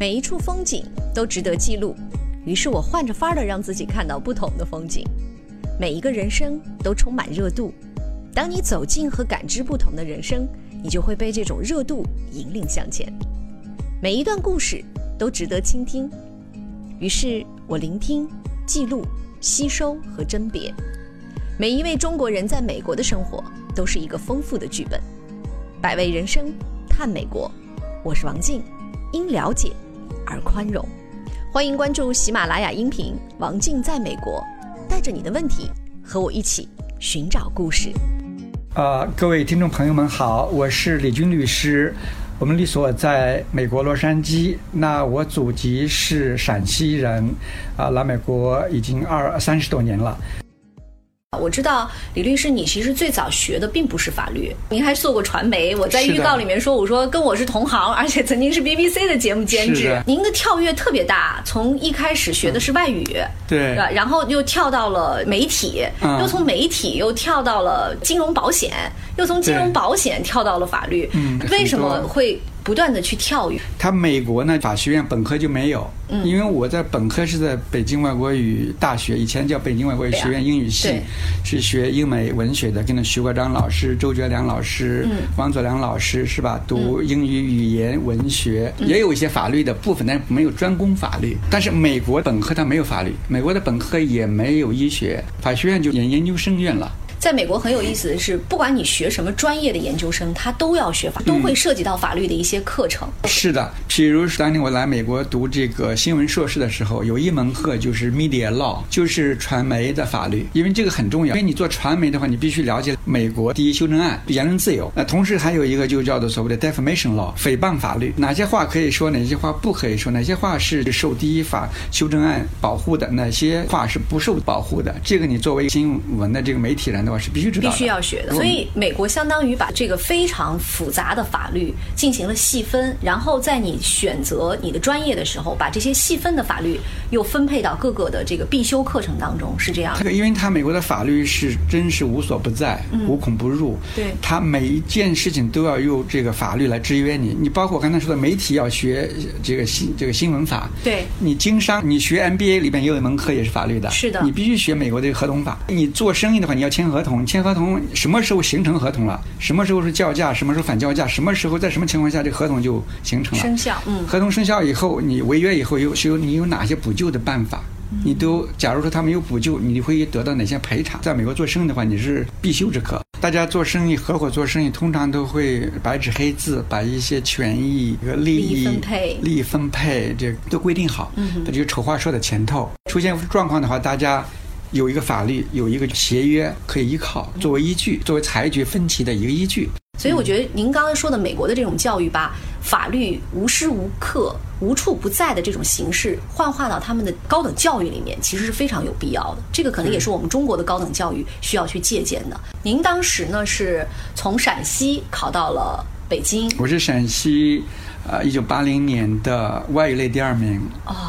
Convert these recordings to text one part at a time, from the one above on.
每一处风景都值得记录，于是我换着法儿的让自己看到不同的风景。每一个人生都充满热度，当你走进和感知不同的人生，你就会被这种热度引领向前。每一段故事都值得倾听，于是我聆听、记录、吸收和甄别。每一位中国人在美国的生活都是一个丰富的剧本。百味人生，探美国，我是王静，因了解而宽容。欢迎关注喜马拉雅音频王静在美国，带着你的问题和我一起寻找故事。 各位听众朋友们好，我是李军律师，我们律所在美国洛杉矶。那我祖籍是陕西人，来美国已经30多年了。 我知道李律师你其实最早学的并不是法律，您还做过传媒。我在预告里面说，我说跟我是同行，而且曾经是 BBC 的节目监制。您的跳跃特别大，从一开始学的是外语， 对， 然后又跳到了媒体，又从媒体又跳到了金融保险，又从金融保险跳到了法律。为什么会不断的去跳跃？ 他美国呢，法学院本科就没有，因为我在本科是在北京外国语大学，以前叫北京外国语学院英语系，是学英美文学的，跟着徐国璋老师、周觉良老师、王佐良老师是吧？读英语语言文学，也有一些法律的部分，但是没有专攻法律。但是美国本科它没有法律，美国的本科也没有医学，法学院就演研究生院了。 在美国很有意思的是，不管你学什么专业的研究生，他都要学法，都会涉及到法律的一些课程。是的，譬如当年我来美国读这个新闻硕士的时候，有一门课就是 media law， 就是传媒的法律，因为这个很重要。因为你做传媒的话，你必须了解美国第一修正案、言论自由。那同时还有一个就叫做所谓的 defamation law， 诽谤法律，哪些话可以说，哪些话不可以说，哪些话是受第一法修正案保护的，哪些话是不受保护的。这个你作为新闻的这个媒体人的话是必须知道的，必须要学的。所以美国相当于把这个非常复杂的法律进行了细分，然后在你选择你的专业的时候，把这些细分的法律又分配到各个的这个必修课程当中，是这样的。 因为它美国的法律是真是无所不在，无孔不入。对，它每一件事情都要用这个法律来制约你。你包括我刚才说的媒体要学这个新闻法，对，你经商，你学 MBA 里边也有一门课也是法律的，是的，你必须学美国的合同法。你做生意的话，你要签合同，签合同什么时候形成合同了，什么时候是叫价，什么时候反叫价，什么时候在什么情况下这个合同就形成了生效。合同生效以后，你违约以后你有哪些补救的办法，你都假如说他没有补救，你会得到哪些赔偿。在美国做生意的话，你是必修之课。大家做生意合伙做生意通常都会白纸黑字把一些权益、利益分配这都规定好，这就是丑话说在前头。出现状况的话，大家有一个法律，有一个协约可以依靠，作为依据，作为裁决分歧的一个依据。 所以我觉得您刚才说的美国的这种教育，把法律无时无刻无处不在的这种形式幻化到他们的高等教育里面，其实是非常有必要的。这个可能也是我们中国的高等教育需要去借鉴的。您当时呢是从陕西考到了北京。 我是陕西1980年的外语类第2名。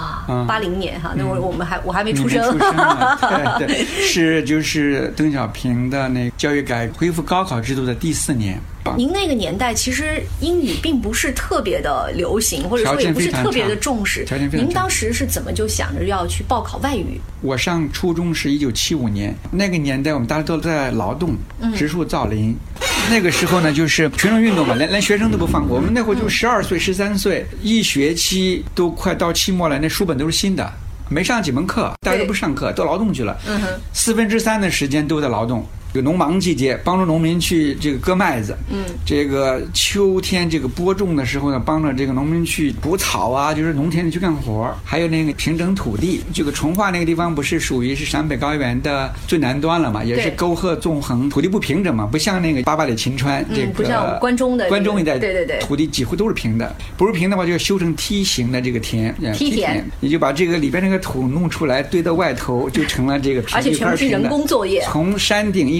80年哈，那我还没出生。 对，是就是邓小平的那个教育改革恢复高考制度的第4年。 您那个年代其实英语并不是特别的流行，或者说也不是特别的重视。您当时是怎么就想着要去报考外语？ 我上初中是1975年，那个年代我们大家都在劳动，植树造林。那个时候呢，就是群众运动嘛，连学生都不放过。我们那会儿就12岁、13岁，一学期都快到期末了，那书本都是新的，没上几门课，大家都不上课，都劳动去了。3/4的时间都在劳动。这个农忙季节，帮助农民去这个割麦子。这个秋天这个播种的时候呢，帮着这个农民去补草啊，就是农田里去干活。还有那个平整土地，这个从化那个地方不是属于是陕北高原的最南端了嘛，也是沟壑纵横，土地不平整嘛，不像那个八里秦川这个不像关中一带，对，土地几乎都是平的。不是平的话，就要修成梯形的这个田， 梯田， 你就把这个里边那个土弄出来，堆到外头，就成了这个平， 而且全部是人工作业， 从山顶一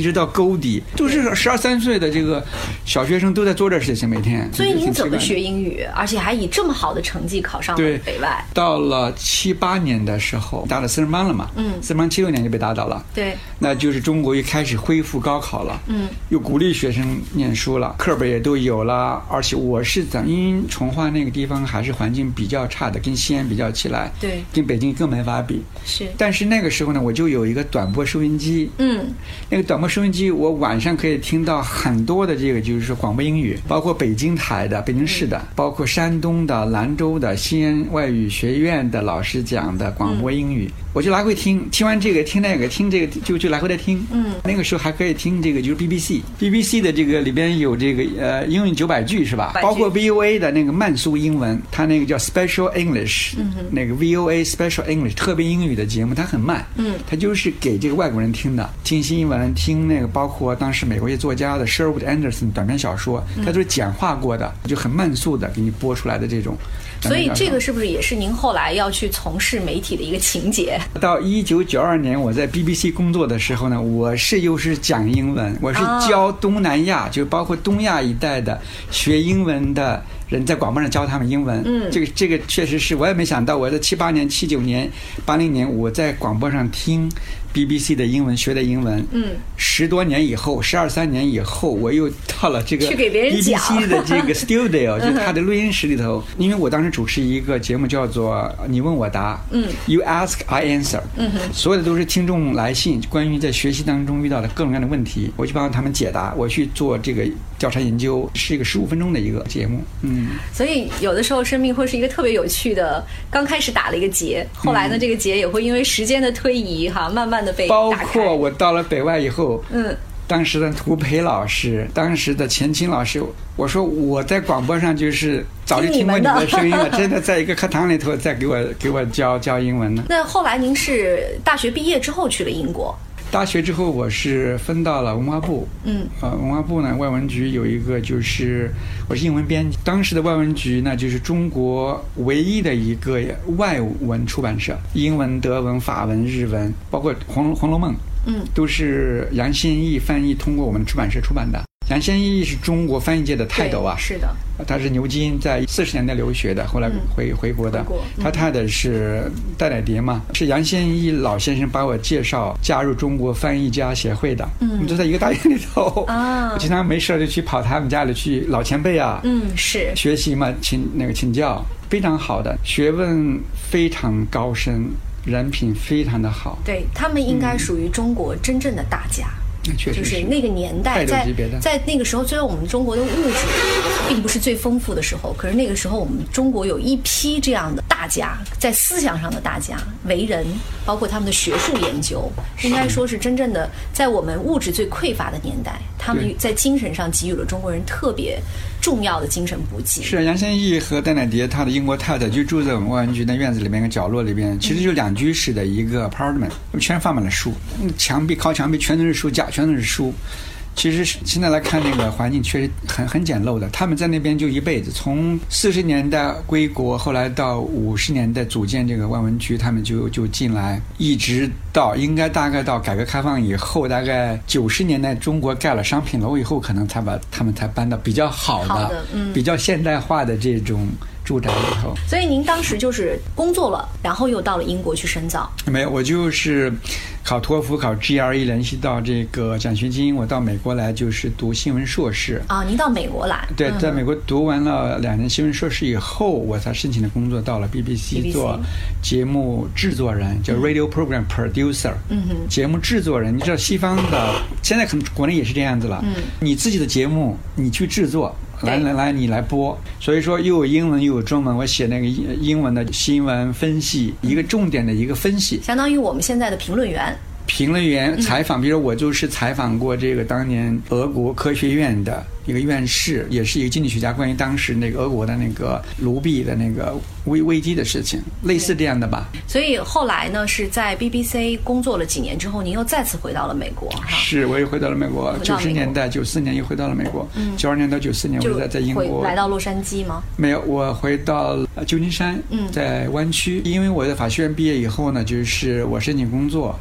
直到沟底，都是12、13岁的这个小学生都在做这事情，每天。 所以您怎么学英语，而且还以这么好的成绩考上了北外？ 到了7、8年的时候，打了4人班了嘛，4人班76年就被打倒了， 对， 那就是中国又开始恢复高考了，又鼓励学生念书了，课本也都有了，而且我是因为从化那个地方还是环境比较差的，跟西安比较起来， 对， 跟北京更没法比， 是。 但是那个时候呢，我就有一个短波收音机，那个短波收音机，我晚上可以听到很多的这个就是说广播英语，包括北京台的、北京市的，包括山东的、兰州的、西安外语学院的老师讲的广播英语，我就来回听，听完这个听那个，听这个就来回的听。那个时候还可以听这个就是 BBC 的这个里边有这个英语900句是吧？包括 VOA 的那个慢速英文，它那个叫 Special English，那个 VOA Special English 特别英语的节目，它很慢，它就是给这个外国人听的，听新闻，听那个包括当时美国一些作家的 Sherwood Anderson 短篇小说，它都是简化过的，就很慢速的给你播出来的这种。 所以这个是不是也是您后来要去从事媒体的一个情节？ 到1992年我在 BBC 工作的时候呢，我又是讲英文，我是教东南亚，就包括东亚一带的学英文的人，在广播上教他们英文。这个确实是我也没想到，我在78年、79年、80年，我在广播上听 BBC 的英文，学的英文。10多年以后，12、13年以后，我又到了这个 BBC 的这个 studio， 就他的录音室里头。因为我当时主持一个节目叫做“你问我答”，You ask I answer，所有的都是听众来信，关于在学习当中遇到的各种各样的问题，我去帮他们解答，我去做这个调查研究，是一个15分钟的一个节目。 所以有的时候生命会是一个特别有趣的，刚开始打了一个结，后来呢，这个结也会因为时间的推移慢慢的被打开。包括我到了北外以后，当时的涂培老师，当时的钱青老师，我说我在广播上就是早就听过你的声音了，真的在一个课堂里头在给我教英文呢。 那后来您是大学毕业之后去了英国？ 大学之后我是分到了文化部，文化部呢外文局有一个就是我是英文编辑，当时的外文局呢就是中国唯一的一个外文出版社，英文、德文、法文、日文，包括红楼梦，都是杨宪益翻译通过我们出版社出版的。杨宪益是中国翻译界的泰斗啊， 是的， 他是牛津在40年代留学的，后来回国的。他太太是戴乃蝶嘛，是杨宪益老先生把我介绍加入中国翻译家协会的。我们都在一个大院里头我经常没事就去跑他们家里去，老前辈啊， 是学习嘛，请教，非常好的，学问非常高深，人品非常的好。 对，他们应该属于中国真正的大家。就是那个年代，在那个时候，虽然我们中国的物质并不是最丰富的时候，可是那个时候我们中国有一批这样的大家，在思想上的大家，为人，包括他们的学术研究，应该说是真正的在我们物质最匮乏的年代，他们在精神上给予了中国人特别重要的精神补给。 是杨宪益和戴乃蝶他的英国太太就住在我们外文局的院子里面一个角落里边，其实就2居室的一个 apartment， 全放满了书，靠墙壁全都是书架，全都是书。其实现在来看那个环境确实很简陋的，他们在那边就一辈子，从40年代归国，后来到50年代组建这个外文局，他们就进来，一直到大概到改革开放以后，大概90年代中国盖了商品楼以后，可能他们才搬到比较好的比较现代化的这种住宅里头。 所以您当时就是工作了，然后又到了英国去深造？ 没有，我就是考托福、考 GRE 联系到这个奖学金，我到美国来就是读新闻硕士。 您到美国来？ 对，在美国读完了2年新闻硕士以后，我才申请的工作到了 BBC 做节目制作人，叫 Radio Program Producer。节目制作人，你知道西方的现在可能国内也是这样子了。你自己的节目你去制作。来，你来播，所以说又有英文又有中文，我写那个英文的新闻分析，一个重点的一个分析， 相当于我们现在的评论员采访，比如我就是采访过这个当年俄国科学院的一个院士，也是一个经济学家，关于当时那个俄国的那个卢币的那个危机的事情，类似这样的吧。 所以后来呢，是在 BBC 工作了几年之后，您又再次回到了美国。 是，我又回到了美国，90年代94年又回到了美国，92年到94年我在英国。 来到洛杉矶吗？ 没有，我回到旧金山，在湾区。因为我在法学院毕业以后呢，就是我申请工作。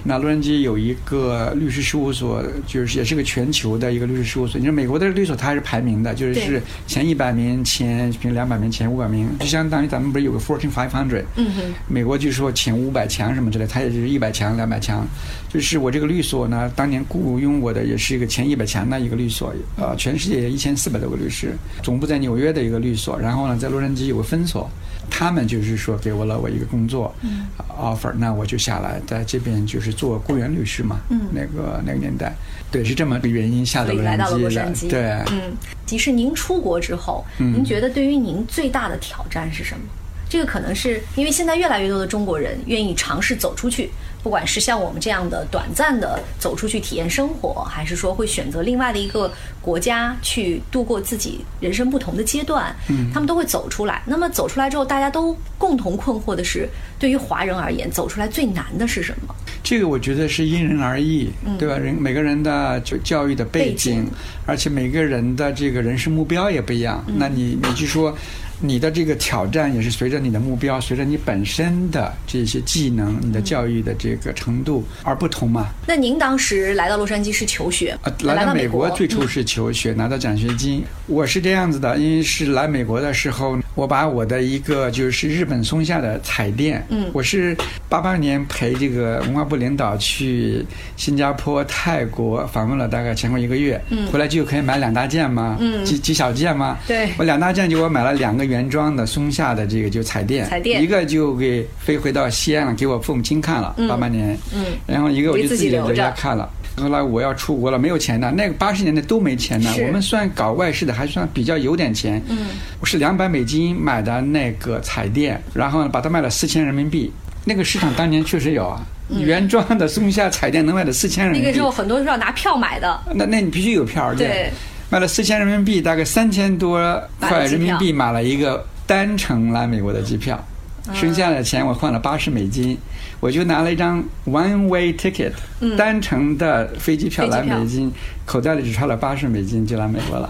那洛杉矶有一个律师事务所，就是也是个全球的一个律师事务所。你说美国的律所它还是排名的，就是前100名、前200名、前500名，就相当于咱们不是有个 Fortune 500，美国就是说前500强什么之类，它也是100强、200强。就是我这个律所呢，当年雇佣我的也是一个前100强的一个律所，全世界1400多个律师，总部在纽约的一个律所，然后呢在洛杉矶有个分所，他们就是说给了我一个工作offer，那我就下来在这边就是做雇员律师嘛，那个年代，对，是这么个原因下到洛杉矶的，对， 其实您出国之后，您觉得对于您最大的挑战是什么？这个可能是因为现在越来越多的中国人愿意尝试走出去，不管是像我们这样的短暂的走出去体验生活，还是说会选择另外的一个国家去度过自己人生不同的阶段，他们都会走出来。那么走出来之后，大家都共同困惑的是，对于华人而言，走出来最难的是什么？ 这个我觉得是因人而异，对吧？每个人的教育的背景，而且每个人的这个人生目标也不一样。那你就说，你的这个挑战也是随着你的目标，随着你本身的这些技能、你的教育的这个程度而不同嘛。 那您当时来到洛杉矶是求学？ 来到美国最初是求学，拿到奖学金。我是这样子的，因为是来美国的时候，我把我的一个就是日本松下的彩电，我是88年陪这个文化部领导去新加坡、泰国访问了大概前后1个月，回来就可以买2大件嘛，几小件嘛。 对， 我2大件就我买了2个原装的松下的这个就彩电，一个就给飞回到西安了，给我父母亲看了，88年，然后一个我就自己留着看了。后来我要出国了，没有钱的，那个80年代都没钱的，我们算搞外事的还算比较有点钱。我是200美金买的那个彩电，然后把它卖了4000人民币。那个市场当年确实有啊，原装的松下彩电能卖到4000人民币。 那个时候很多是要拿票买的。那你必须有票，对。卖了4000人民币，大概3000多块人民币买了一个单程来美国的机票，剩下的钱我换了80美金，我就拿了一张 one way ticket，单程的飞机票来美金，口袋里只揣了80美金就来美国了。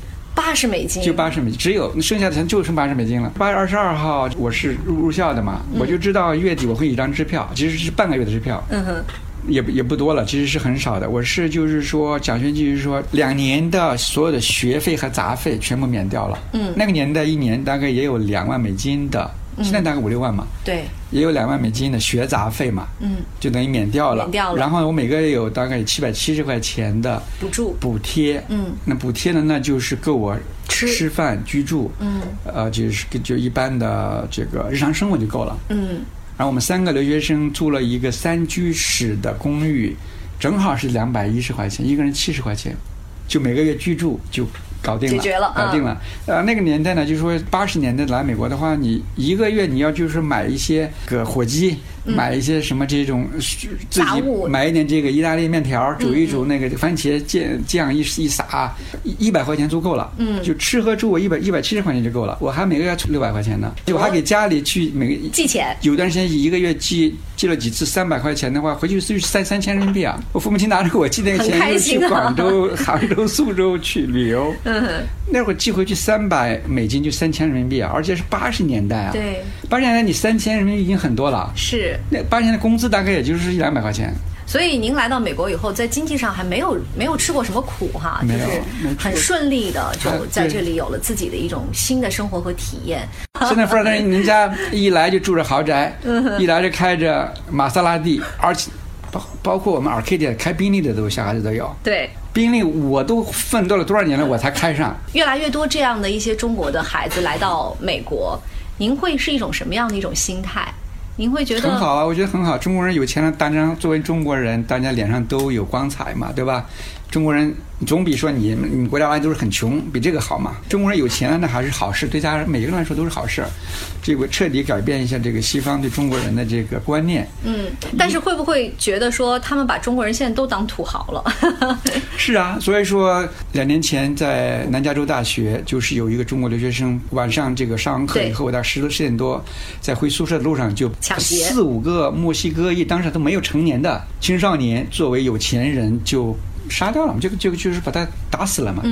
80美金， 就80美金，只有剩下的钱就剩80美金了。8月22号我是入校的嘛，我就知道月底我会一张支票，其实是半个月的支票。也不多了，其实是很少的。我是就是说奖学金，就是说2年的所有的学费和杂费全部免掉了。那个年代1年大概也有2万美金的，现在大概5、6万嘛。 对， 也有2万美金的学杂费嘛。就等于免掉了。然后我每个月有大概770块钱的补贴。那补贴呢，那就是够我吃饭居住。就一般的这个日常生活就够了。然后我们3个留学生租了一个3居室的公寓，正好是210块钱，一个人70块钱，就每个月居住就搞定了， 解决了， 搞定了。那个年代呢，就是说80年代来美国的话，你一个月你要就是买一些个火鸡，买一些什么这种自己买一点这个意大利面条，煮一煮那个番茄酱一撒，100块钱足够了。就吃和住我170块钱就够了。我还每个月出600块钱呢，我还给家里去每个寄钱。 有段时间一个月寄了几次300块钱的话，回去是3000人民币啊！我父母亲拿着我寄那个钱去广州、杭州、苏州去旅游。那会儿寄回去300美金就3000人民币啊，而且是80年代啊。 对 ，80年代你3000人民币已经很多了。 是。 那80年代工资大概也就是100-200块钱。 所以您来到美国以后，在经济上还没有吃过什么苦哈，就是很顺利的就在这里有了自己的一种新的生活和体验。 现在富二代人家一来就住着豪宅，一来就开着玛莎拉蒂，而且包括我们 Arcadia 开宾利的都小孩子都有。 对。 宾利我都奋斗了多少年了，我才开上。 越来越多这样的一些中国的孩子来到美国，您会是一种什么样的一种心态？您会觉得很好啊，我觉得很好。中国人有钱了，大家作为中国人，大家脸上都有光彩嘛，对吧？中国人总比说你国家都是很穷，比这个好嘛。中国人有钱了，那还是好事，对大家每个人来说都是好事。这个彻底改变一下这个西方对中国人的这个观念。 但是会不会觉得说他们把中国人现在都当土豪了？ 是啊，所以说2年前在南加州大学，就是有一个中国留学生晚上这个上完课以后，到10点多，在回宿舍的路上就4、5个墨西哥裔当时都没有成年的青少年，作为有钱人就杀掉了嘛，就是把他打死了嘛。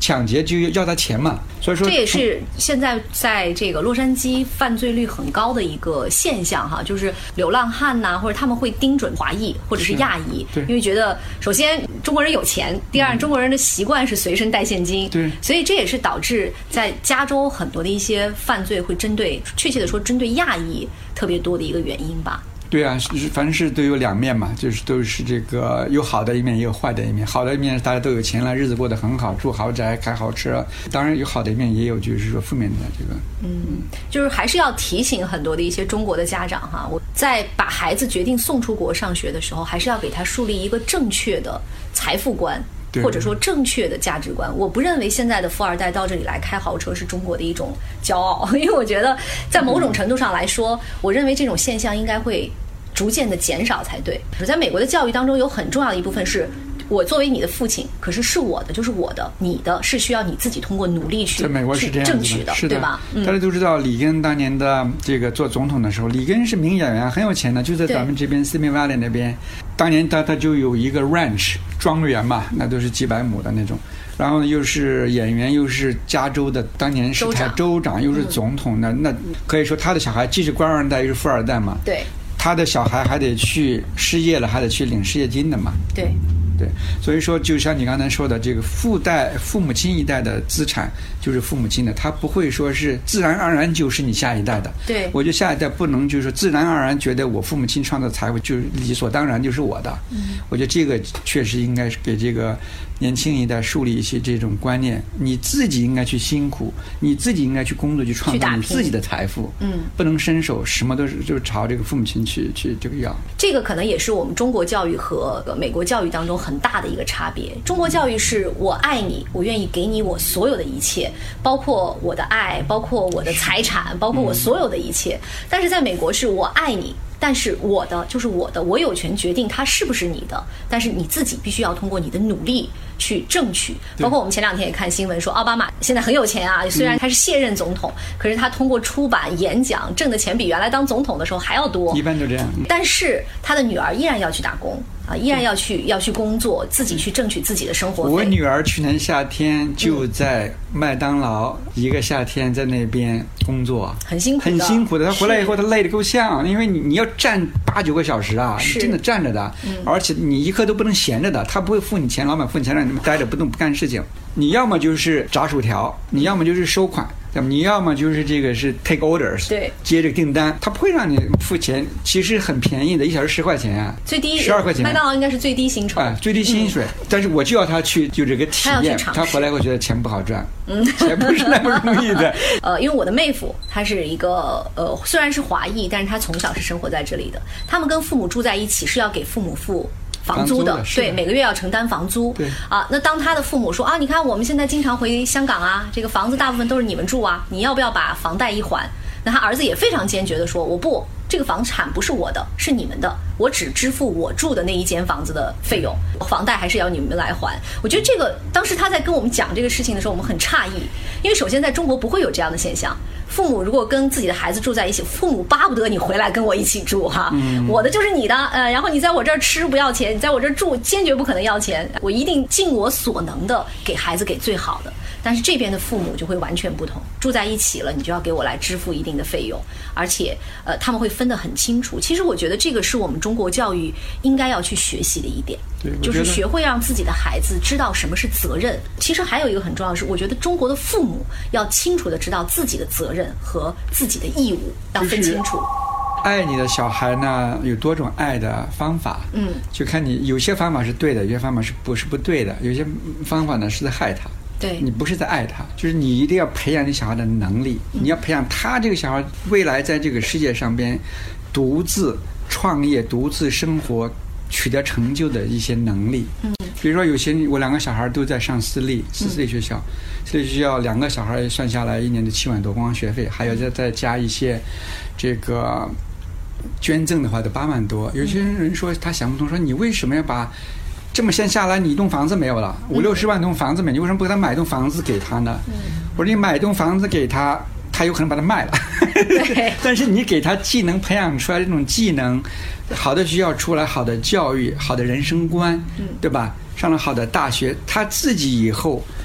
抢劫就要他钱嘛。所以说这也是现在在这个洛杉矶犯罪率很高的一个现象哈，就是流浪汉呐，或者他们会盯准华裔或者是亚裔，因为觉得首先中国人有钱，第二中国人的习惯是随身带现金， 对， 所以这也是导致在加州很多的一些犯罪会针对，确切的说针对亚裔特别多的一个原因吧。 对啊，凡事都有两面嘛，就是都是这个有好的一面也有坏的一面。好的一面大家都有钱了，日子过得很好，住豪宅开豪车，当然有好的一面也有就是说负面的这个。 就是还是要提醒很多的一些中国的家长哈，我在把孩子决定送出国上学的时候，还是要给他树立一个正确的财富观，或者说正确的价值观。我不认为现在的富二代到这里来开豪车是中国的一种骄傲，因为我觉得在某种程度上来说，我认为这种现象应该会逐渐的减少才对。在美国的教育当中，有很重要的一部分是我作为你的父亲，可是我的就是我的，你的是需要你自己通过努力去争取的，对吧？ 大家都知道里根当年的这个做总统的时候，里根是名演员，很有钱的，就在咱们这边 Simi Valley 那边，当年他就有一个 ranch 庄园嘛，那都是几百亩的那种。然后又是演员，又是加州的当年是州长，又是总统的，那可以说他的小孩既是官二代又是富二代嘛。 对。 他的小孩还得去失业了，还得去领失业金的嘛。 对。 所以说就像你刚才说的，这个父母亲一代的资产就是父母亲的，他不会说是自然而然就是你下一代的。 对， 我觉得下一代不能就是说自然而然觉得我父母亲创造财富就理所当然就是我的。我觉得这个确实应该是给这个年轻一代树立一些这种观念，你自己应该去辛苦，你自己应该去工作，去创造你自己的财富。不能伸手什么都是就是朝这个父母亲去这个要。 这个可能也是我们中国教育和美国教育当中很大的一个差别。中国教育是我爱你，我愿意给你我所有的一切，包括我的爱，包括我的财产，包括我所有的一切。但是在美国是我爱你，但是我的就是我的，我有权决定它是不是你的，但是你自己必须要通过你的努力去争取。包括我们前两天也看新闻说，奥巴马现在很有钱啊，虽然他是卸任总统，可是他通过出版演讲挣的钱比原来当总统的时候还要多， 一般都这样。 但是他的女儿依然要去打工啊，依然要去工作，自己去争取自己的生活费。 我女儿去年夏天就在麦当劳一个夏天在那边工作， 很辛苦的。 她回来以后她累得够呛，因为你要站8-9个小时啊，真的站着的，而且你一刻都不能闲着的，他不会付你钱，老板付你钱让你待着不动不干事情。你要么就是炸薯条，你要么就是收款，你要么就是这个是 take orders， 对， 接这个订单，他不会让你付钱，其实很便宜的，1小时10块钱啊， 最低 12块钱。 麦当劳应该是最低薪酬， 最低薪水。但是我就要他去就这个体验，他回来会觉得钱不好赚，钱不是那么容易的。 因为我的妹夫他是一个虽然是华裔，但是他从小是生活在这里的，他们跟父母住在一起是要给父母付房租的，对，每个月要承担房租。 对啊，那当他的父母说啊，你看我们现在经常回香港啊，这个房子大部分都是你们住啊，你要不要把房贷一还？那他儿子也非常坚决的说，我不，这个房产不是我的，是你们的，我只支付我住的那一间房子的费用，房贷还是要你们来还。我觉得这个当时他在跟我们讲这个事情的时候，我们很诧异，因为首先在中国不会有这样的现象，父母如果跟自己的孩子住在一起，父母巴不得你回来跟我一起住哈，我的就是你的，然后你在我这儿吃不要钱，你在我这儿住坚决不可能要钱，我一定尽我所能的给孩子给最好的。但是这边的父母就会完全不同，住在一起了，你就要给我来支付一定的费用，而且他们会分得很清楚。其实我觉得这个是我们中国教育应该要去学习的一点，就是学会让自己的孩子知道什么是责任。其实还有一个很重要的是，我觉得中国的父母要清楚的知道自己的责任和自己的义务，要分清楚。 爱你的小孩呢，有多种爱的方法，就看你有些方法是对的，有些方法是不对的，有些方法呢是在害他。 对， 你不是在爱他，就是你一定要培养你小孩的能力，你要培养他这个小孩未来在这个世界上边独自创业、独自生活、取得成就的一些能力。比如说有些我2个小孩都在上私立学校，私立学校2个小孩算下来1年的7万多光学费，还有再加一些这个捐赠的话都8万多。有些人说他想不通，说你为什么要把这么先下来，你一栋房子没有了，50-60万栋房子没，你为什么不给他买一栋房子给他呢？我说你买一栋房子给他，他有可能把它卖了。但是你给他技能培养出来这种技能，好的学校出来，好的教育，好的人生观，对吧？上了好的大学，他自己以后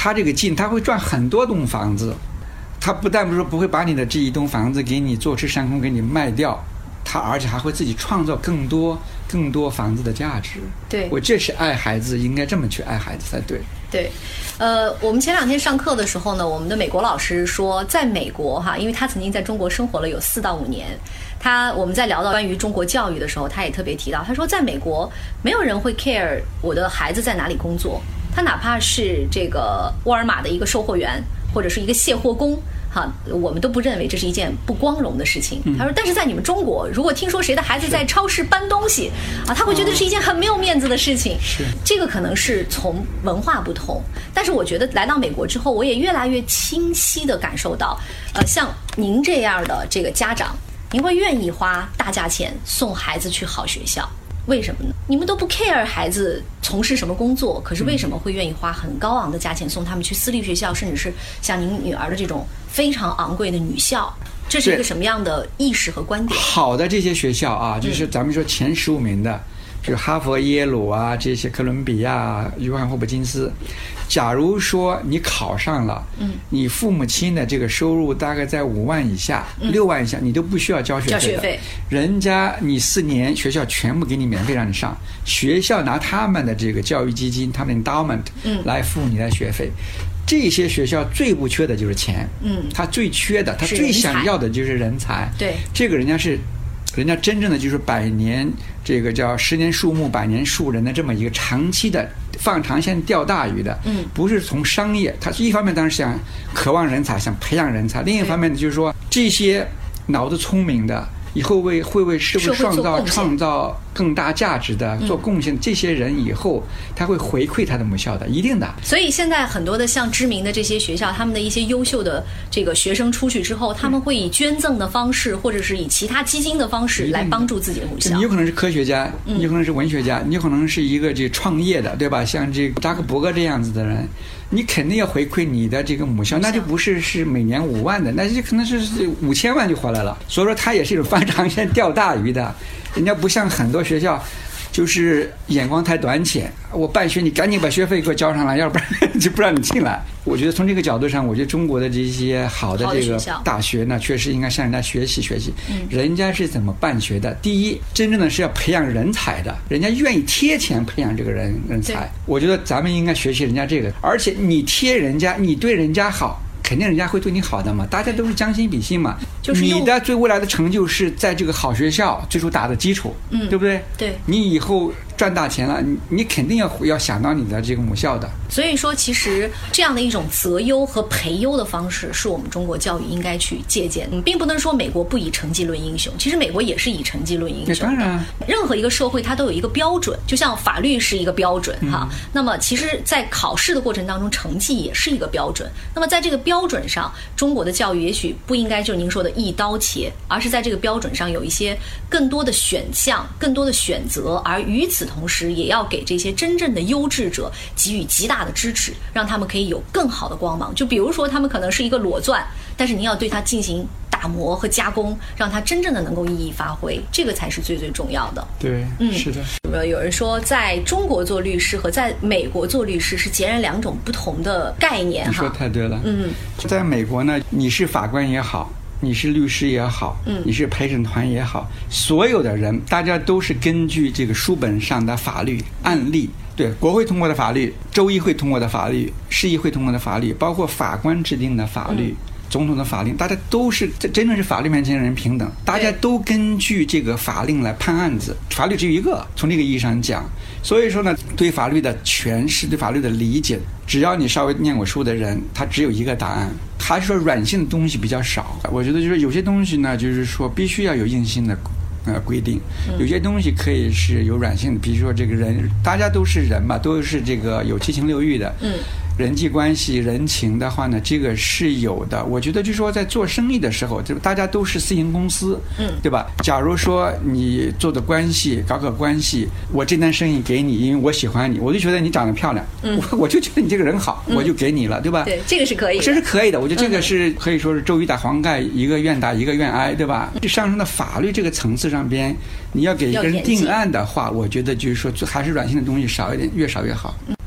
他这个劲，他会赚很多栋房子。他不但不会把你的这一栋房子给你坐吃山空给你卖掉，他而且还会自己创造更多房子的价值。 对， 我这是爱孩子，应该这么去爱孩子才对。 对，我们前2天上课的时候呢，我们的美国老师说，在美国哈，因为他曾经在中国生活了有4到5年，我们在聊到关于中国教育的时候，他也特别提到，他说在美国没有人会 care 我的孩子在哪里工作，他哪怕是这个沃尔玛的一个售货员或者是一个卸货工。我们都不认为这是一件不光荣的事情。他说，但是在你们中国，如果听说谁的孩子在超市搬东西他会觉得是一件很没有面子的事情。 是， 这个可能是从文化不同，但是我觉得来到美国之后，我也越来越清晰地感受到，像您这样的这个家长，您会愿意花大价钱送孩子去好学校。为什么呢？你们都不 care 孩子从事什么工作，可是为什么会愿意花很高昂的价钱送他们去私立学校，甚至是像您女儿的这种非常昂贵的女校？这是一个什么样的意识和观点？ 好的这些学校啊，就是咱们说前15名的，比如哈佛、耶鲁啊，这些哥伦比亚、约翰霍普金斯。假如说你考上了，你父母亲的这个收入大概在5万以下、6万以下，你都不需要交学费。人家你4年学校全部给你免费让你上，学校拿他们的这个教育基金，他们的 endowment 来付你的学费。这些学校最不缺的就是钱，他最缺的，他最想要的就是人才。 对， 这个人家真正的就是10年树木百年树人的这么一个长期的放长线钓大鱼的，不是从商业，他一方面当然想渴望人才，想培养人才，另一方面呢就是说这些脑子聪明的，以后会为社会创造更大价值的，做贡献，这些人以后他会回馈他的母校的，一定的。 所以现在很多的像知名的这些学校，他们的一些优秀的这个学生出去之后，他们会以捐赠的方式，或者是以其他基金的方式来帮助自己的母校。 你有可能是科学家，你有可能是文学家，你有可能是一个这创业的，对吧？像这个扎克伯格这样子的人，你肯定要回馈你的这个母校，那就不是每年5万的，那就可能是5000万就回来了。所以说，它也是一种放长线钓大鱼的。人家不像很多学校，就是眼光太短浅，我办学你赶紧把学费给我交上来，要不然就不让你进来。我觉得从这个角度上，我觉得中国的这些好的这个大学呢，确实应该向人家学习学习，人家是怎么办学的。第一，真正的是要培养人才的，人家愿意贴钱培养这个人才。我觉得咱们应该学习人家这个，而且你贴人家，你对人家好，肯定人家会对你好的嘛，大家都是将心比心嘛。就是你的最未来的成就是在这个好学校最初打的基础，对不对？ 对， 你以后赚大钱了，你肯定要想到你的这个母校的。 所以说，其实这样的一种择优和培优的方式，是我们中国教育应该去借鉴。并不能说美国不以成绩论英雄，其实美国也是以成绩论英雄。 当然， 任何一个社会它都有一个标准，就像法律是一个标准哈。那么，其实，在考试的过程当中，成绩也是一个标准。那么，在这个标准上，中国的教育也许不应该就您说的一刀切，而是在这个标准上有一些更多的选项、更多的选择，而与此同时，也要给这些真正的优质者给予极大的支持，让他们可以有更好的光芒。就比如说，他们可能是一个裸钻，但是您要对它进行打磨和加工，让它真正的能够意义发挥，这个才是最最重要的。 对，是的。 有人说，在中国做律师和在美国做律师是截然2种不同的概念。 你说太对了。在美国呢，你是法官也好，你是律师也好，你是陪审团也好，所有的人大家都是根据这个书本上的法律案例，对国会通过的法律、州议会通过的法律、市议会通过的法律，包括法官制定的法律、总统的法令，大家都是真正是法律面前人平等，大家都根据这个法令来判案子，法律只有一个，从这个意义上讲。所以说呢，对法律的诠释、对法律的理解，只要你稍微念过书的人，他只有一个答案。还是说软性的东西比较少，我觉得就是有些东西呢，就是说必须要有硬性的规定，有些东西可以是有软性的，比如说这个人，大家都是人嘛，都是这个有七情六欲的，人际关系、人情的话呢，这个是有的。我觉得就是说，在做生意的时候，就大家都是私营公司，对吧？假如说你做的关系，搞个关系，我这单生意给你，因为我喜欢你，我就觉得你长得漂亮，我就觉得你这个人好，我就给你了，对吧？ 对，这个是可以的， 这是可以的。我觉得这个是可以说是周瑜打黄盖，一个愿打一个愿挨，对吧？这上升到法律这个层次上边，你要给一个人定案的话，我觉得就是说还是软性的东西少一点，越少越好。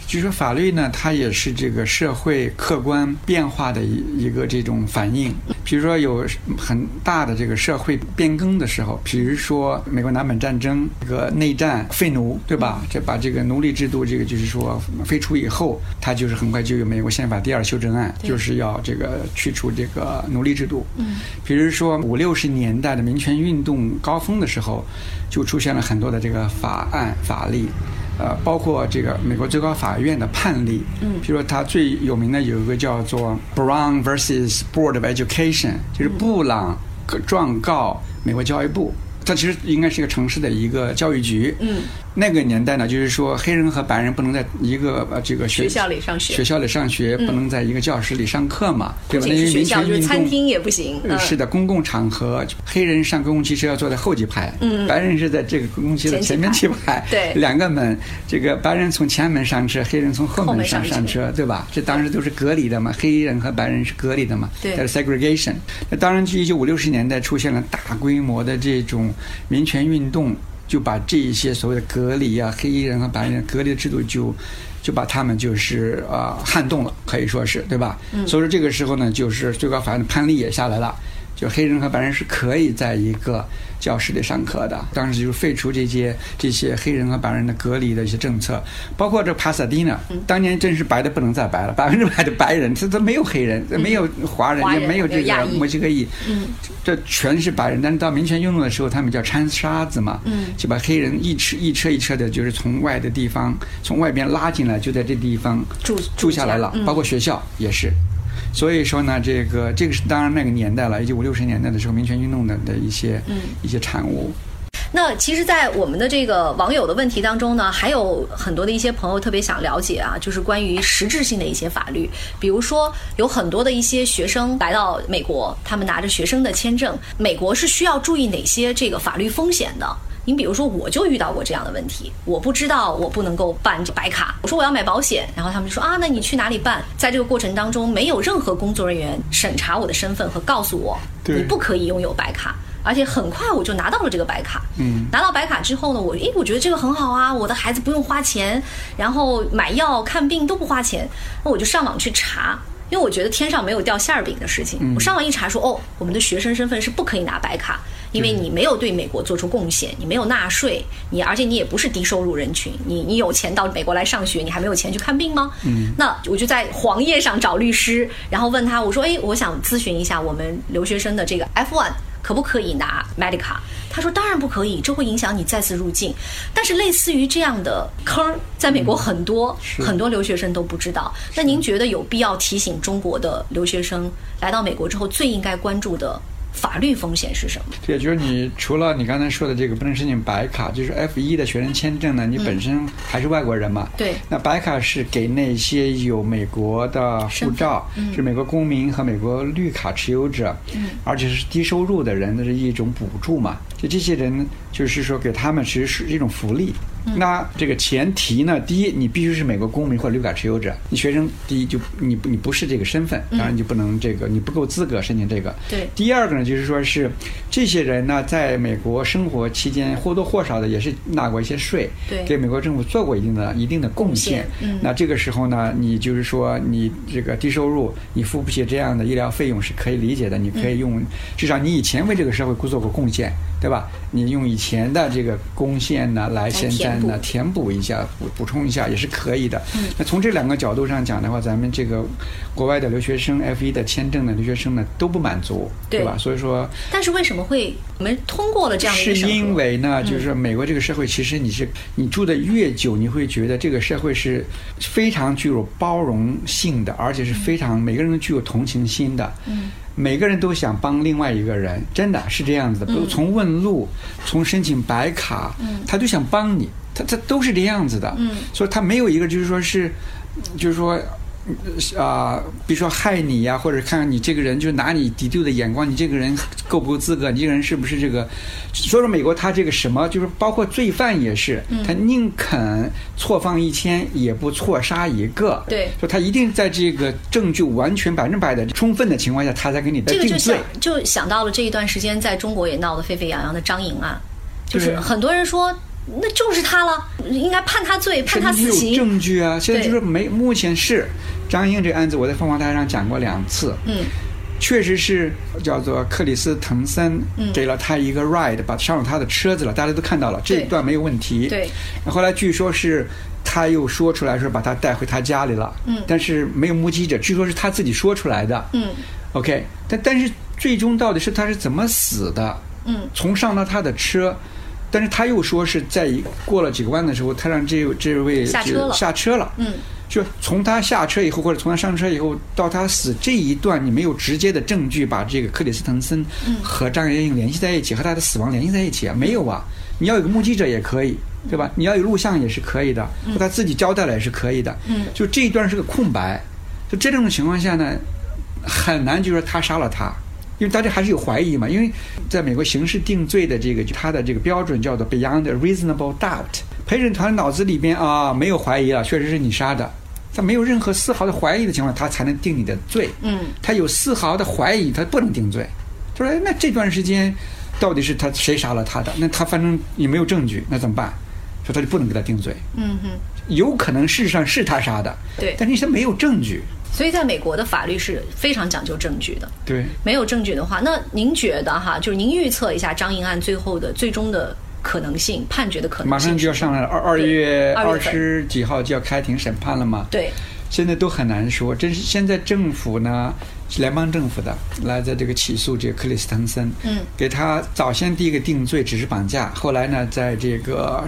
就是说法律呢，它也是这个社会客观变化的一个这种反应。比如说有很大的这个社会变更的时候，比如说美国南北战争这个内战废奴，对吧？这把这个奴隶制度这个就是说废除以后，它就是很快就有美国宪法第2修正案，就是要这个去除这个奴隶制度。比如说50、60年代的民权运动高峰的时候，就出现了很多的这个法案法例。包括这个美国最高法院的判例，比如说它最有名的有一个叫做 Brown vs. Board of Education， 就是布朗状告美国教育部，它其实应该是一个城市的一个教育局。那个年代呢，就是说黑人和白人不能在一个这个学校里上学， 不能在一个教室里上课嘛，对吧？ 那学校就是餐厅也不行。 是的，公共场合，黑人上公共汽车要坐在后几排，白人是在这个公共汽车前面几排。 对， 两个门，这个白人从前门上车，黑人从后门上车，对吧？这当时都是隔离的嘛，黑人和白人是隔离的嘛， 对， 叫 segregation。那当然，1950、60年代出现了大规模的这种民权运动。就把这一些所谓的隔离啊，黑人和白人隔离的制度就把他们就是撼动了，可以说是，对吧？所以说这个时候呢，就是最高法院的判例也下来了，就黑人和白人是可以在一个教室里上课的。当时就是废除这些黑人和白人的隔离的一些政策，包括这帕萨迪纳，当年真是白的不能再白了，100%的白人，他没有黑人，没有华人，也没有这个墨西哥裔，这全是白人。但是到民权运动的时候，他们叫掺沙子嘛，就把黑人一车的，就是从外的地方从外边拉进来，就在这地方住下来了，包括学校也是。所以说呢，这个是当然那个年代了，1950、60年代的时候，民权运动的一些产物。 那其实在我们的这个网友的问题当中呢，还有很多的一些朋友特别想了解啊，就是关于实质性的一些法律。比如说有很多的一些学生来到美国，他们拿着学生的签证，美国是需要注意哪些这个法律风险的？你比如说我就遇到过这样的问题，我不知道我不能够办白卡，我说我要买保险，然后他们就说那你去哪里办？在这个过程当中没有任何工作人员审查我的身份和告诉我你不可以拥有白卡，而且很快我就拿到了这个白卡。拿到白卡之后呢，我觉得这个很好啊，我的孩子不用花钱，然后买药看病都不花钱，那我就上网去查，因为我觉得天上没有掉馅儿饼的事情。我上网一查说我们的学生身份是不可以拿白卡，因为你没有对美国做出贡献，你没有纳税，而且你也不是低收入人群，你有钱到美国来上学，你还没有钱去看病吗？那我就在黄页上找律师，然后问他，我说我想咨询一下我们留学生的这个 F1 可不可以拿 Medicaid？ 他说当然不可以，这会影响你再次入境。但是类似于这样的坑在美国很多留学生都不知道。那您觉得有必要提醒中国的留学生来到美国之后最应该关注的法律风险是什么？ 对，就是你除了你刚才说的这个不能申请白卡，就是 F1 的学生签证呢，你本身还是外国人嘛。 对。 那白卡是给那些有美国的护照，是美国公民和美国绿卡持有者，而且是低收入的人的一种补助嘛。就这些人，就是说给他们其实是一种福利。那这个前提呢，第一，你必须是美国公民或者绿卡持有者。你学生第一就你不是这个身份，当然你就不能这个，你不够资格申请这个。 对。 第二个呢，就是说是这些人呢，在美国生活期间或多或少的也是纳过一些税， 对， 给美国政府做过一定的贡献。那这个时候呢，你就是说你这个低收入，你付不起这样的医疗费用是可以理解的，你可以用至少你以前为这个社会做过贡献，对吧？你用以前的这个贡献呢来现在呢填补一下，补充一下也是可以的。那从这两个角度上讲的话，咱们这个国外的留学生 F1 的签证的留学生呢都不满足，对吧？所以说， 但是为什么会我们通过了这样的一个审核？ 是因为呢，就是说美国这个社会，其实你住的越久，你会觉得这个社会是非常具有包容性的，而且是非常每个人都具有同情心的。每个人都想帮另外一个人，真的是这样子的。从问路，从申请白卡，他都想帮你，他都是这样子的。所以他没有一个就是说比如说害你呀，或者看看你这个人就拿你敌对的眼光，你这个人够不够资格，你这个人是不是这个。所以说美国他这个什么就是包括罪犯也是，他宁肯错放1000也不错杀一个。 对， 所以他一定在这个证据完全100%的充分的情况下，他才给你的定罪。 就想到了这一段时间在中国也闹得沸沸扬扬的张莹案，就是很多人说那就是他了，应该判他罪，判他死刑。 有证据啊！现在就是目前是张英这个案子，我在凤凰台上讲过2次。确实是叫做克里斯滕森给了他一个 ride，把上了他的车子了，大家都看到了，这一段没有问题。 对。 后来据说是他又说出来说把他带回他家里了，但是没有目击者，据说是他自己说出来的。OK， 但是最终到底是他是怎么死的？从上到他的车。但是他又说是在过了几个弯的时候，他让这位下车了。就从他下车以后，或者从他上车以后到他死这一段，你没有直接的证据把这个克里斯滕森和张元英联系在一起，和他的死亡联系在一起啊，没有啊。你要有个目击者也可以，对吧？你要有录像也是可以的，或他自己交代了也是可以的。就这一段是个空白，就这种情况下呢，很难就说他杀了他。因为大家还是有怀疑嘛，因为在美国刑事定罪的他的这个标准叫做 beyond reasonable doubt， 陪审团脑子里边没有怀疑了，确实是你杀的，他没有任何丝毫的怀疑的情况，他才能定你的罪。他有丝毫的怀疑，他不能定罪。他说那这段时间到底是他谁杀了他的？那他反正也没有证据，那怎么办？所以他就不能给他定罪。有可能事实上是他杀的， 对， 但是他没有证据。 所以在美国的法律是非常讲究证据的。 对， 没有证据的话，那您觉得就是您预测一下张英案最终的可能性，判决的可能性？ 马上就要上来了，2月20几号就要开庭审判了嘛。 对， 现在都很难说。真是现在政府呢，联邦政府的来在这个起诉这个克里斯滕森，给他早先第一个定罪只是绑架，后来呢，在这个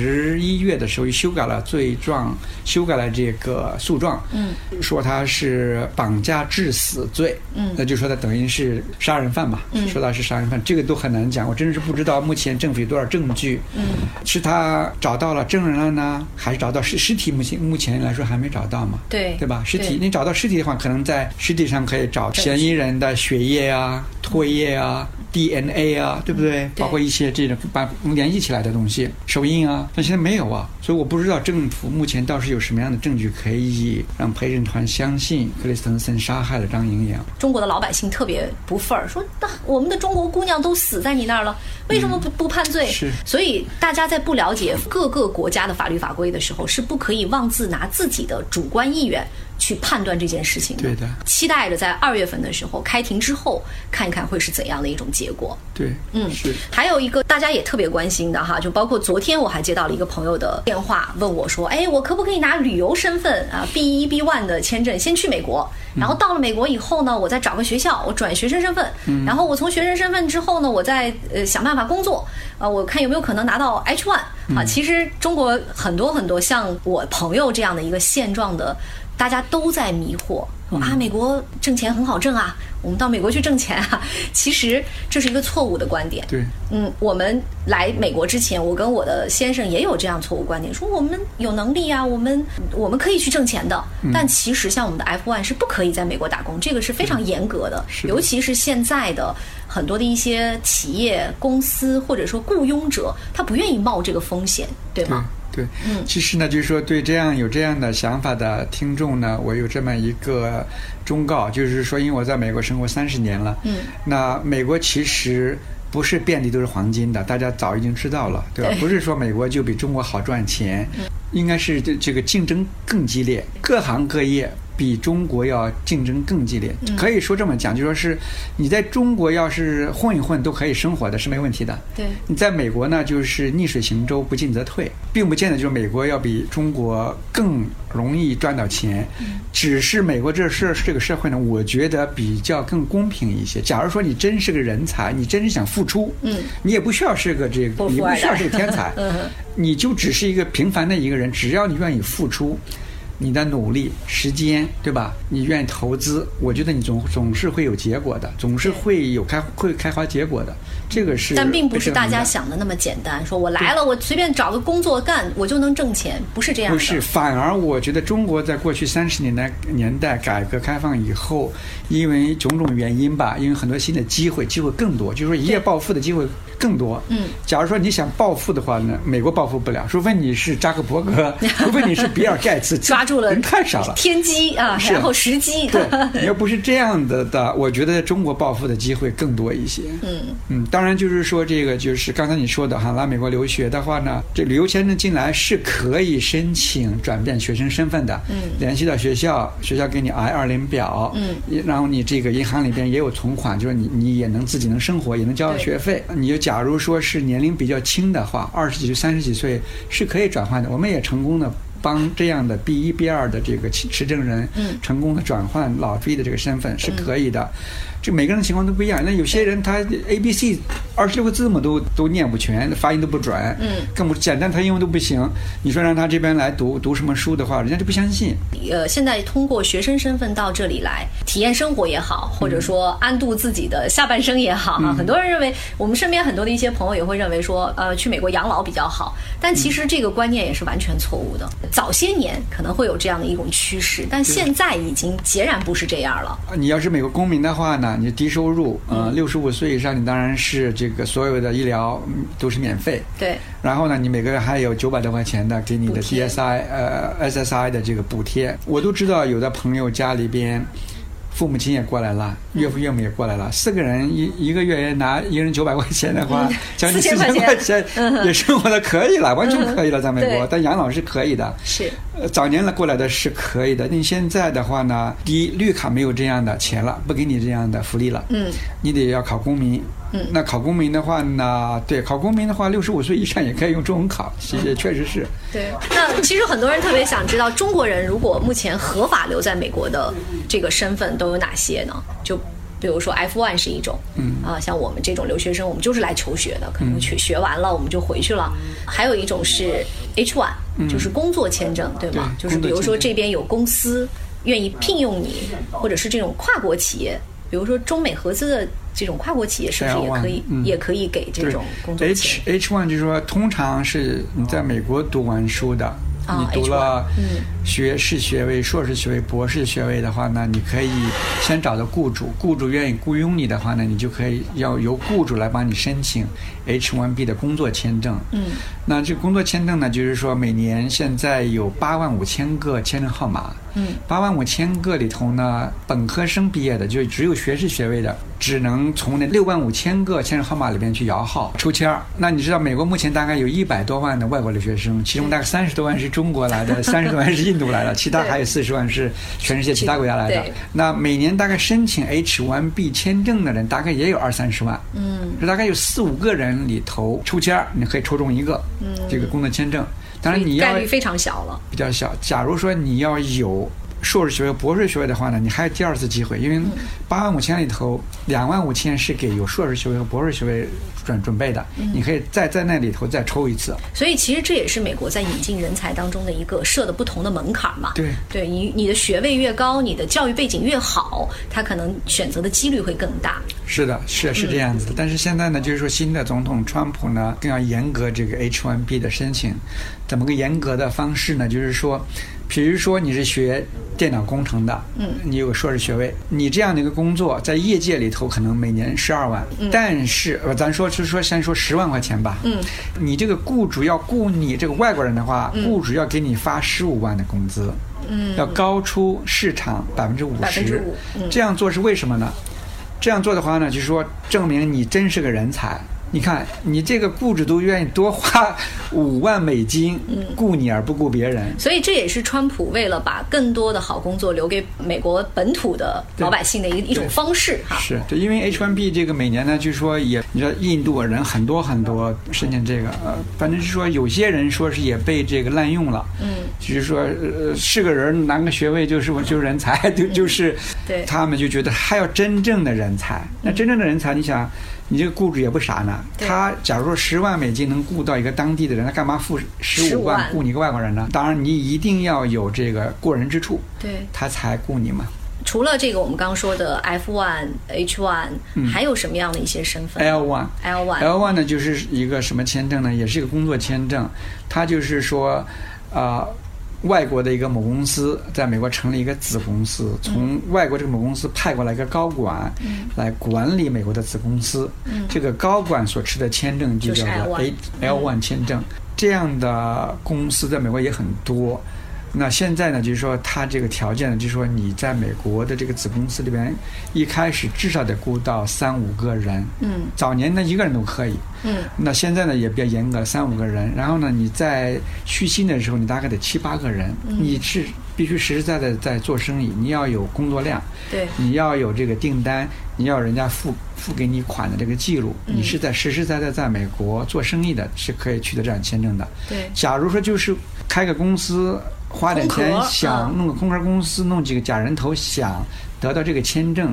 11月的时候又修改了罪状，修改了这个诉状，说他是绑架致死罪，那就说他等于是杀人犯嘛，说他是杀人犯，这个都很难讲，我真是不知道目前政府有多少证据，是他找到了证人了呢，还是找到尸体？目前来说还没找到嘛，对吧？尸体你找到尸体的话，可能在尸体上可以找嫌疑人的血液啊、唾液啊、DNA 啊，对不对？包括一些这种联系起来的东西，手印啊，但现在没有啊，所以我不知道政府目前倒是有什么样的证据可以让陪审团相信克里斯滕森杀害了张莹莹。 中国的老百姓特别不忿儿，说那我们的中国姑娘都死在你那儿了，为什么不判罪？ 是， 所以大家在不了解各个国家的法律法规的时候，是不可以妄自拿自己的主观意愿去判断这件事情的。 对的， 期待着在2月份的时候开庭之后，看一看会是怎样的一种结果。 对，是。 还有一个大家也特别关心的就包括昨天我还接到了一个朋友的电话，问我说，我可不可以拿旅游身份B1、B1 的签证先去美国，然后到了美国以后呢，我再找个学校，我转学生身份，然后我从学生身份之后呢，我再想办法工作，我看有没有可能拿到 H1 其实中国很多很多像我朋友这样的一个现状的，大家都在迷惑美国挣钱很好挣我们到美国去挣钱其实这是一个错误的观点。 对， 我们来美国之前，我跟我的先生也有这样错误观点，说我们有能力我们可以去挣钱的，但其实像我们的 F1 是不可以在美国打工，这个是非常严格的，尤其是现在的很多的一些企业公司或者说雇佣者，他不愿意冒这个风险，对吗？ 对，其实呢，就是说对有这样的想法的听众呢，我有这么一个忠告，就是说，因为我在美国生活30年了，那美国其实不是遍地都是黄金的，大家早已经知道了，对吧？不是说美国就比中国好赚钱，应该是这个竞争更激烈，各行各业比中国要竞争更激烈，可以说这么讲，就说是你在中国要是混一混都可以生活的，是没问题的。 对，你在美国呢，就是逆水行舟，不进则退，并不见得就是美国要比中国更容易赚到钱，只是美国这个社会呢，我觉得比较更公平一些。假如说你真是个人才，你真是想付出，你也不需要是个你不需要是个天才，你就只是一个平凡的一个人，只要你愿意付出。你的努力、时间，对吧？你愿意投资，我觉得你总是会有结果的，总是会开花结果的。这个是， 但并不是大家想的那么简单。说我来了，我随便找个工作干，我就能挣钱，不是这样的。 不是，反而我觉得中国在过去30年代改革开放以后，因为种种原因吧，因为很多新的机会更多，就是说一夜暴富的机会更多。假如说你想暴富的话呢，美国暴富不了，除非你是扎克伯格，除非你是比尔盖茨， 抓住了人太少了， 天机啊，然后时机。 对，你要不是这样的，我觉得中国暴富的机会更多一些。当然就是说这个就是刚才你说的哈，来美国留学的话呢，这旅游签证进来是可以申请转变学生身份的。联系到学校给你 I-20表。然后你这个银行里边也有存款，就是你也能自己能生活，也能交学费。你就假如说是年龄比较轻的话，20几岁、30几岁是可以转换的。我们也成功的帮这样的 B1、B2 的这个持证人，成功的转换老毕的这个身份是可以的。这每个人情况都不一样。那有些人他 ABC 26个字母都念不全，发音都不准，更不简单，他英文都不行。你说让他这边来读什么书的话，人家就不相信。 现在通过学生身份到这里来体验生活也好，或者说安度自己的下半生也好，很多人认为，我们身边很多的一些朋友也会认为说，去美国养老比较好。但其实这个观念也是完全错误的。早些年可能会有这样的一种趋势，但现在已经截然不是这样了。 你要是美国公民的话呢，你低收入，65岁以上，你当然是这个所有的医疗都是免费。 对。然后呢，你每个月还有900多块钱的给你的 SSI 的这个补贴。我都知道有的朋友家里边父母亲也过来了，岳父岳母也过来了，4个人一个月拿1人900块钱的话，将近4000块钱也生活的可以了，完全可以了，在美国。但养老是可以的， 是早年了过来的是可以的。你现在的话呢，第一，绿卡没有这样的钱了，不给你这样的福利了，你得要考公民。那考公民的话呢，对，考公民的话，65岁以上也可以用中文考，也确实是。 对，那其实很多人特别想知道，中国人如果目前合法留在美国的这个身份都有哪些呢？就比如说 F1 是一种，像我们这种留学生，我们就是来求学的，可能学完了我们就回去了。还有一种是 H1，就是工作签证，对吗？就是比如说这边有公司愿意聘用你，或者是这种跨国企业。比如说中美合资的这种跨国企业是不是也可以给这种工作签 ？H1 就是说，通常是你在美国读完书的，你读了学士学位、硕士学位、博士学位的话呢，你可以先找到雇主，雇主愿意雇佣你的话呢，你就可以要由雇主来帮你申请 H1B 的工作签证。那这个工作签证呢，就是说每年现在有85000个签证号码。85000个里头呢，本科生毕业的就只有学士学位的，只能从那65000个签证号码里边去摇号抽签。那你知道美国目前大概有100多万的外国留学生，其中大概30多万是中国来的，30多万是印度来的，其他还有40万是全世界其他国家来的。那每年大概申请 H1B 签证的人大概也有20-30万。这大概有4-5个人里头抽签，你可以抽中一个这个工作签证。当然你要概率非常小了， 比较小。假如说你要有硕士学位、博士学位的话呢，你还有第2次机会，因为85000里头25000是给有硕士学位和博士学位准备的，你可以在那里头再抽一次。 所以其实这也是美国在引进人才当中的一个设的不同的门槛嘛。对，你的学位越高，你的教育背景越好，他可能选择的几率会更大。 是的，是这样子的。但是现在呢，就是说新的总统川普呢更要严格这个 H1B 的申请。怎么个严格的方式呢？就是说，比如说你是学电脑工程的，你有个硕士学位，你这样的一个工作在业界里头可能每年12万，但是咱说先说10万块钱吧，你这个雇主要雇你这个外国人的话，雇主要给你发15万的工资，要高出市场50%。这样做是为什么呢？这样做的话呢，就是说证明你真是个人才。你看，你这个雇主都愿意多花5万美金雇你而不雇别人， 所以这也是川普为了把更多的好工作留给美国本土的老百姓的一种方式哈。 是对，因为 H1B 这个每年呢，据说也你知道印度人很多申请这个，反正是说有些人说是也被这个滥用了，就是说是个人拿个学位就是人才，就是对， 他们就觉得还要真正的人才。那真正的人才，你想。你这个雇主也不傻呢，他假如说10万美金能雇到一个当地的人，他干嘛付15万雇你一个外国人呢？当然，你一定要有这个过人之处， 对， 他才雇你嘛。 除了这个我们刚刚说的 F1、H1，还有什么样的一些身份 ？L1 呢，就是一个什么签证呢？也是一个工作签证，它就是说， 外国的一个母公司在美国成立一个子公司，从外国这个母公司派过来一个高管来管理美国的子公司，这个高管所持的签证就叫做 L1 签证。这样的公司在美国也很多。那现在呢，就是说他这个条件呢，就是说你在美国的这个子公司里边，一开始至少得雇到3-5个人。早年呢1个人都可以。那现在呢也比较严格，3-5个人。然后呢，你在续薪的时候，你大概得7-8个人。你是必须实实在在在做生意，你要有工作量， 对， 你要有这个订单，你要人家付给你款的这个记录，你是在实实在在在美国做生意的，是可以取得这样签证的。 对， 假如说就是开个公司，花点钱想弄个空壳公司，弄几个假人头，想得到这个签证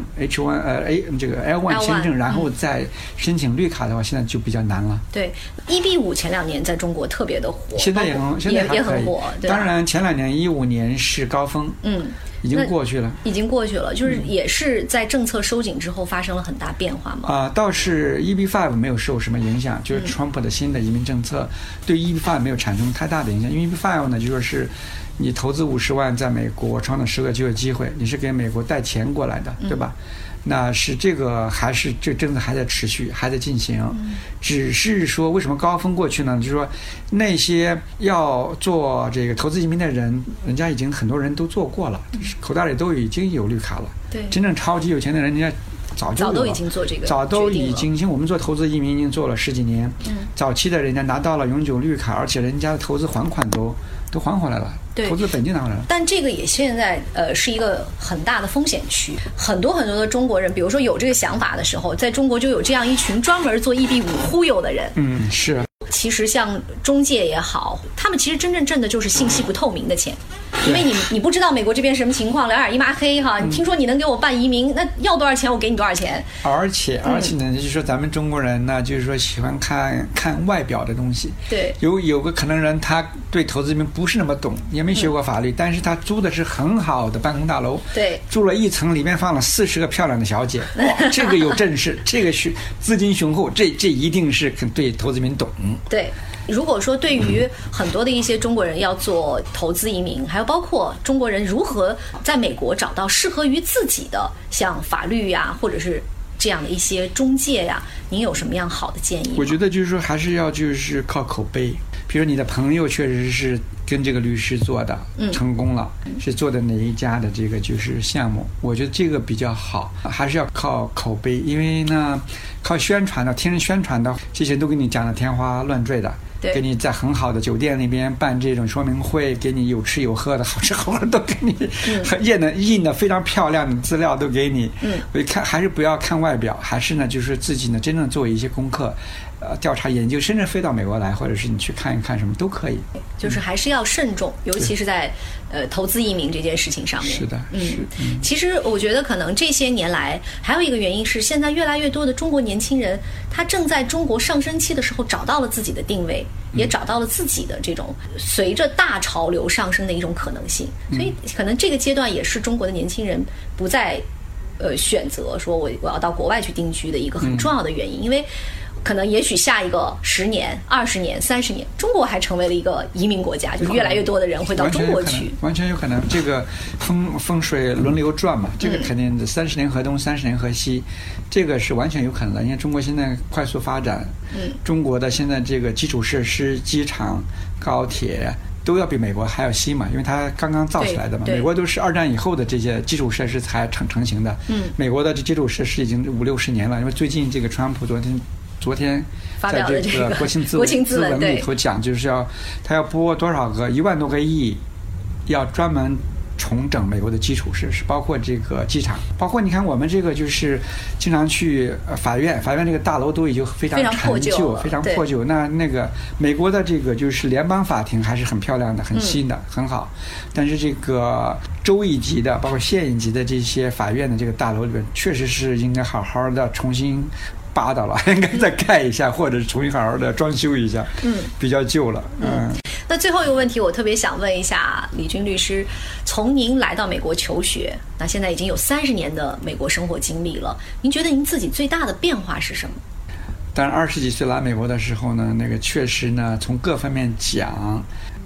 H1 这个 L1 签证，然后再申请绿卡的话，现在就比较难了。 对 ，EB5 前2年在中国特别的火， 现在也很火。 当然前2年15年是高峰，已经过去了， 就是也是在政策收紧之后发生了很大变化吗？ 倒是 EB5 没有受什么影响，就是川普的新的移民政策对 EB5 没有产生太大的影响，因为 EB5 呢就说是你投资50万在美国创造10个就业机会，你是给美国带钱过来的，对吧？那是这个还是这政策还在持续，还在进行，只是说为什么高峰过去呢？就是说那些要做这个投资移民的人，人家已经很多人都做过了，口袋里都已经有绿卡了。 对， 真正超级有钱的人，人家早都已经做这个， 早都已经像我们做投资移民已经做了10几年，早期的人家拿到了永久绿卡，而且人家的投资还款都还回来了。 对， 投资本金拿回来了。 但这个也现在是一个很大的风险区，很多的中国人，比如说有这个想法的时候，在中国就有这样一群专门做 EB5 忽悠的人。 是。 其实像中介也好，他们其实真正挣的就是信息不透明的钱，因为你不知道美国这边什么情况，两眼一抹黑哈。你听说你能给我办移民，那要多少钱我给你多少钱。 而且呢，就是说咱们中国人呢，就是说喜欢看外表的东西。 对， 有个可能人他对投资移民不是那么懂，也没学过法律，但是他租的是很好的办公大楼， 对， 住了1层，里面放了40个漂亮的小姐，这个有正式，这个是资金雄厚，这一定是对投资移民懂。 对，如果说对于很多的一些中国人要做投资移民，还有包括中国人如何在美国找到适合于自己的像法律呀，或者是这样的一些中介呀，您有什么样好的建议吗？ 我觉得就是说还是要就是靠口碑，比如你的朋友确实是跟这个律师做的成功了，是做的哪一家的这个就是项目，我觉得这个比较好，还是要靠口碑，因为呢靠宣传的，听人宣传的，这些都给你讲的天花乱坠的，给你在很好的酒店那边办这种说明会，给你有吃有喝的，好吃好喝都给你，印的非常漂亮的资料都给你。我看还是不要看外表，还是呢就是自己呢真正做一些功课，调查研究，甚至飞到美国来，或者是你去看一看什么都可以。 就是还是要慎重，尤其是在投资移民这件事情上面。 是的， 其实我觉得可能这些年来还有一个原因是，现在越来越多的中国年轻人，他正在中国上升期的时候找到了自己的定位，也找到了自己的这种随着大潮流上升的一种可能性。所以可能这个阶段也是中国的年轻人不再选择说我要到国外去定居的一个很重要的原因，因为可能也许下一个10年、20年、30年，中国还成为了一个移民国家，就是越来越多的人会到中国去， 完全有可能。这个风水轮流转嘛，这个肯定的，30年河东，30年河西，这个是完全有可能的。因为中国现在快速发展，中国的现在这个基础设施、机场、高铁都要比美国还要新嘛，因为它刚刚造起来的嘛。美国都是2战以后的这些基础设施才成型的，美国的基础设施已经50-60年了。因为最近这个川普昨天在这个国情咨文里头讲，就是他要拨多少个1万多个亿，要专门重整美国的基础设施，包括这个机场，包括你看我们这个就是经常去法院这个大楼都已经非常陈旧，非常破旧。那个美国的这个就是联邦法庭还是很漂亮的，很新的，很好。但是这个州一级的，包括县一级的这些法院的这个大楼里边，确实是应该好好的重新扒到了，应该再盖一下，或者是重新好好的装修一下，比较旧了。 那最后一个问题，我特别想问一下李军律师，从您来到美国求学，那现在已经有30年的美国生活经历了，您觉得您自己最大的变化是什么？ 但是20几岁来美国的时候呢，那个确实呢，从各方面讲，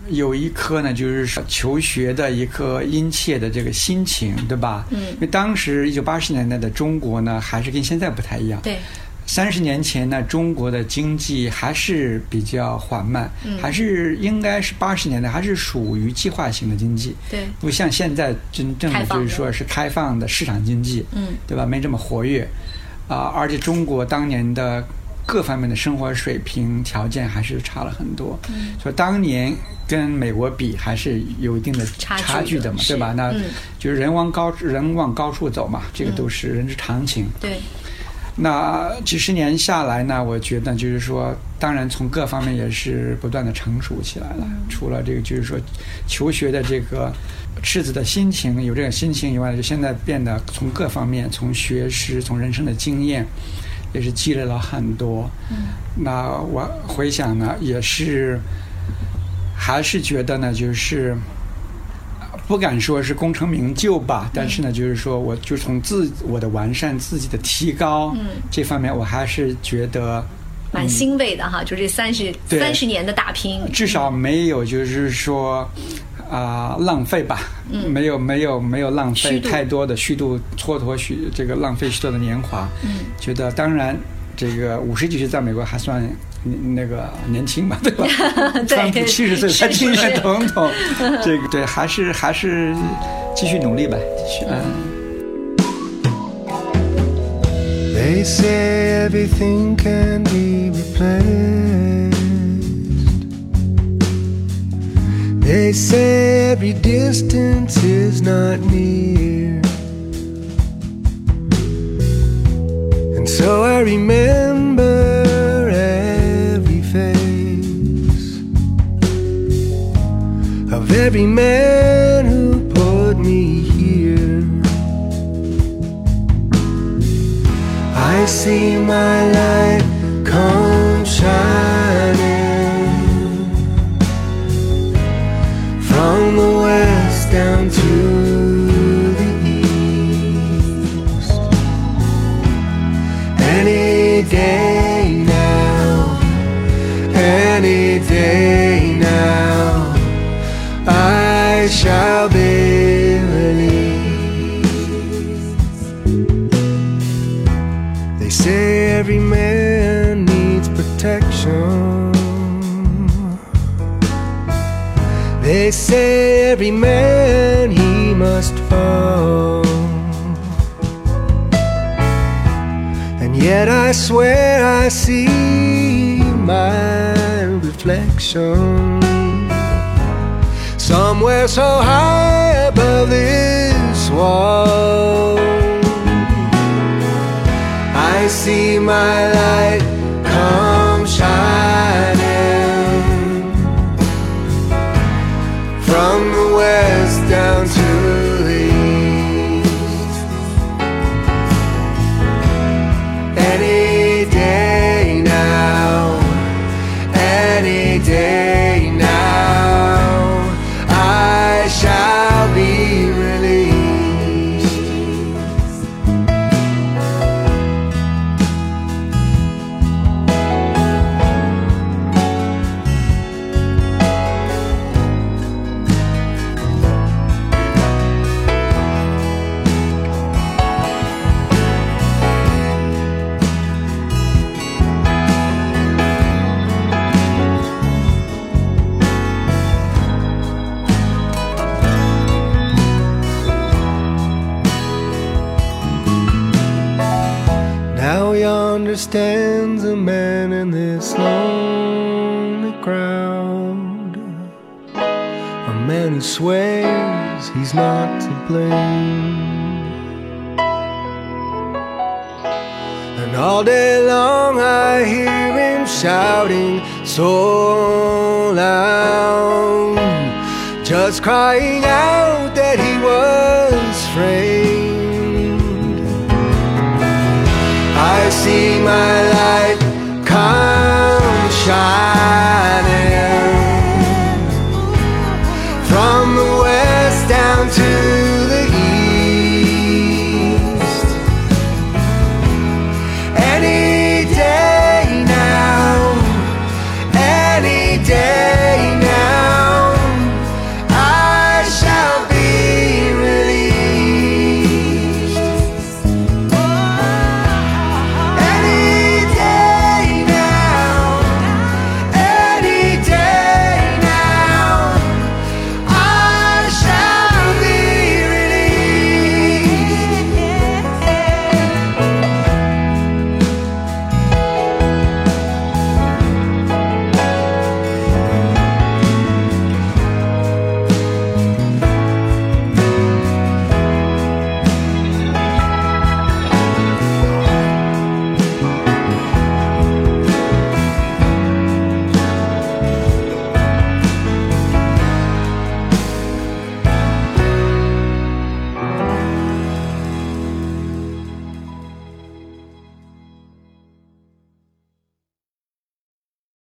有一颗呢，就是求学的一颗殷切的这个心情，对吧？因为当时1980年代的中国呢，还是跟现在不太一样。 对。 30年前呢，中国的经济还是比较缓慢，还是应该是80年代还是属于计划型的经济， 对， 不像现在真正的就是说是开放的市场经济，对吧？没这么活跃而且中国当年的各方面的生活水平条件还是差了很多，所以当年跟美国比还是有一定的差距的嘛，对吧？那就是人往高处走嘛，这个都是人之常情。 对。 那几十年下来呢，我觉得就是说，当然从各方面也是不断的成熟起来了。除了这个就是说求学的这个赤子的心情有这个心情以外，就现在变得从各方面，从学识，从人生的经验，也是积累了很多。那我回想呢，也是还是觉得呢，就是不敢说是功成名就吧，但是呢，就是说我就从我的完善自己的提高，这方面我还是觉得蛮欣慰的哈。就这30年的打拼， 至少没有就是说浪费吧，没有浪费太多的虚度蹉跎这个浪费许多的年华。觉得当然这个50几岁在美国还算那个年轻嘛，对吧？川普70岁才竞选总统，这个对，还是继续努力吧，继续。 They say everything can be replaced. They say every distance is not near. And so I remember of every man who put me here. I see my light come shining from the west down to the east. Any day now, any day now, I shall be released. They say every man needs protection. They say every man he must fall. And yet I swear I see my reflection somewhere so high above this wall. I see my light come shining from the west down to the east. Any day now, any day now, I shall be released. Now yonder stands a man in this lonely crowd, a man who swears he's not to blame. And all day long I hear him shouting so loud, just crying out that he was framed. I see my life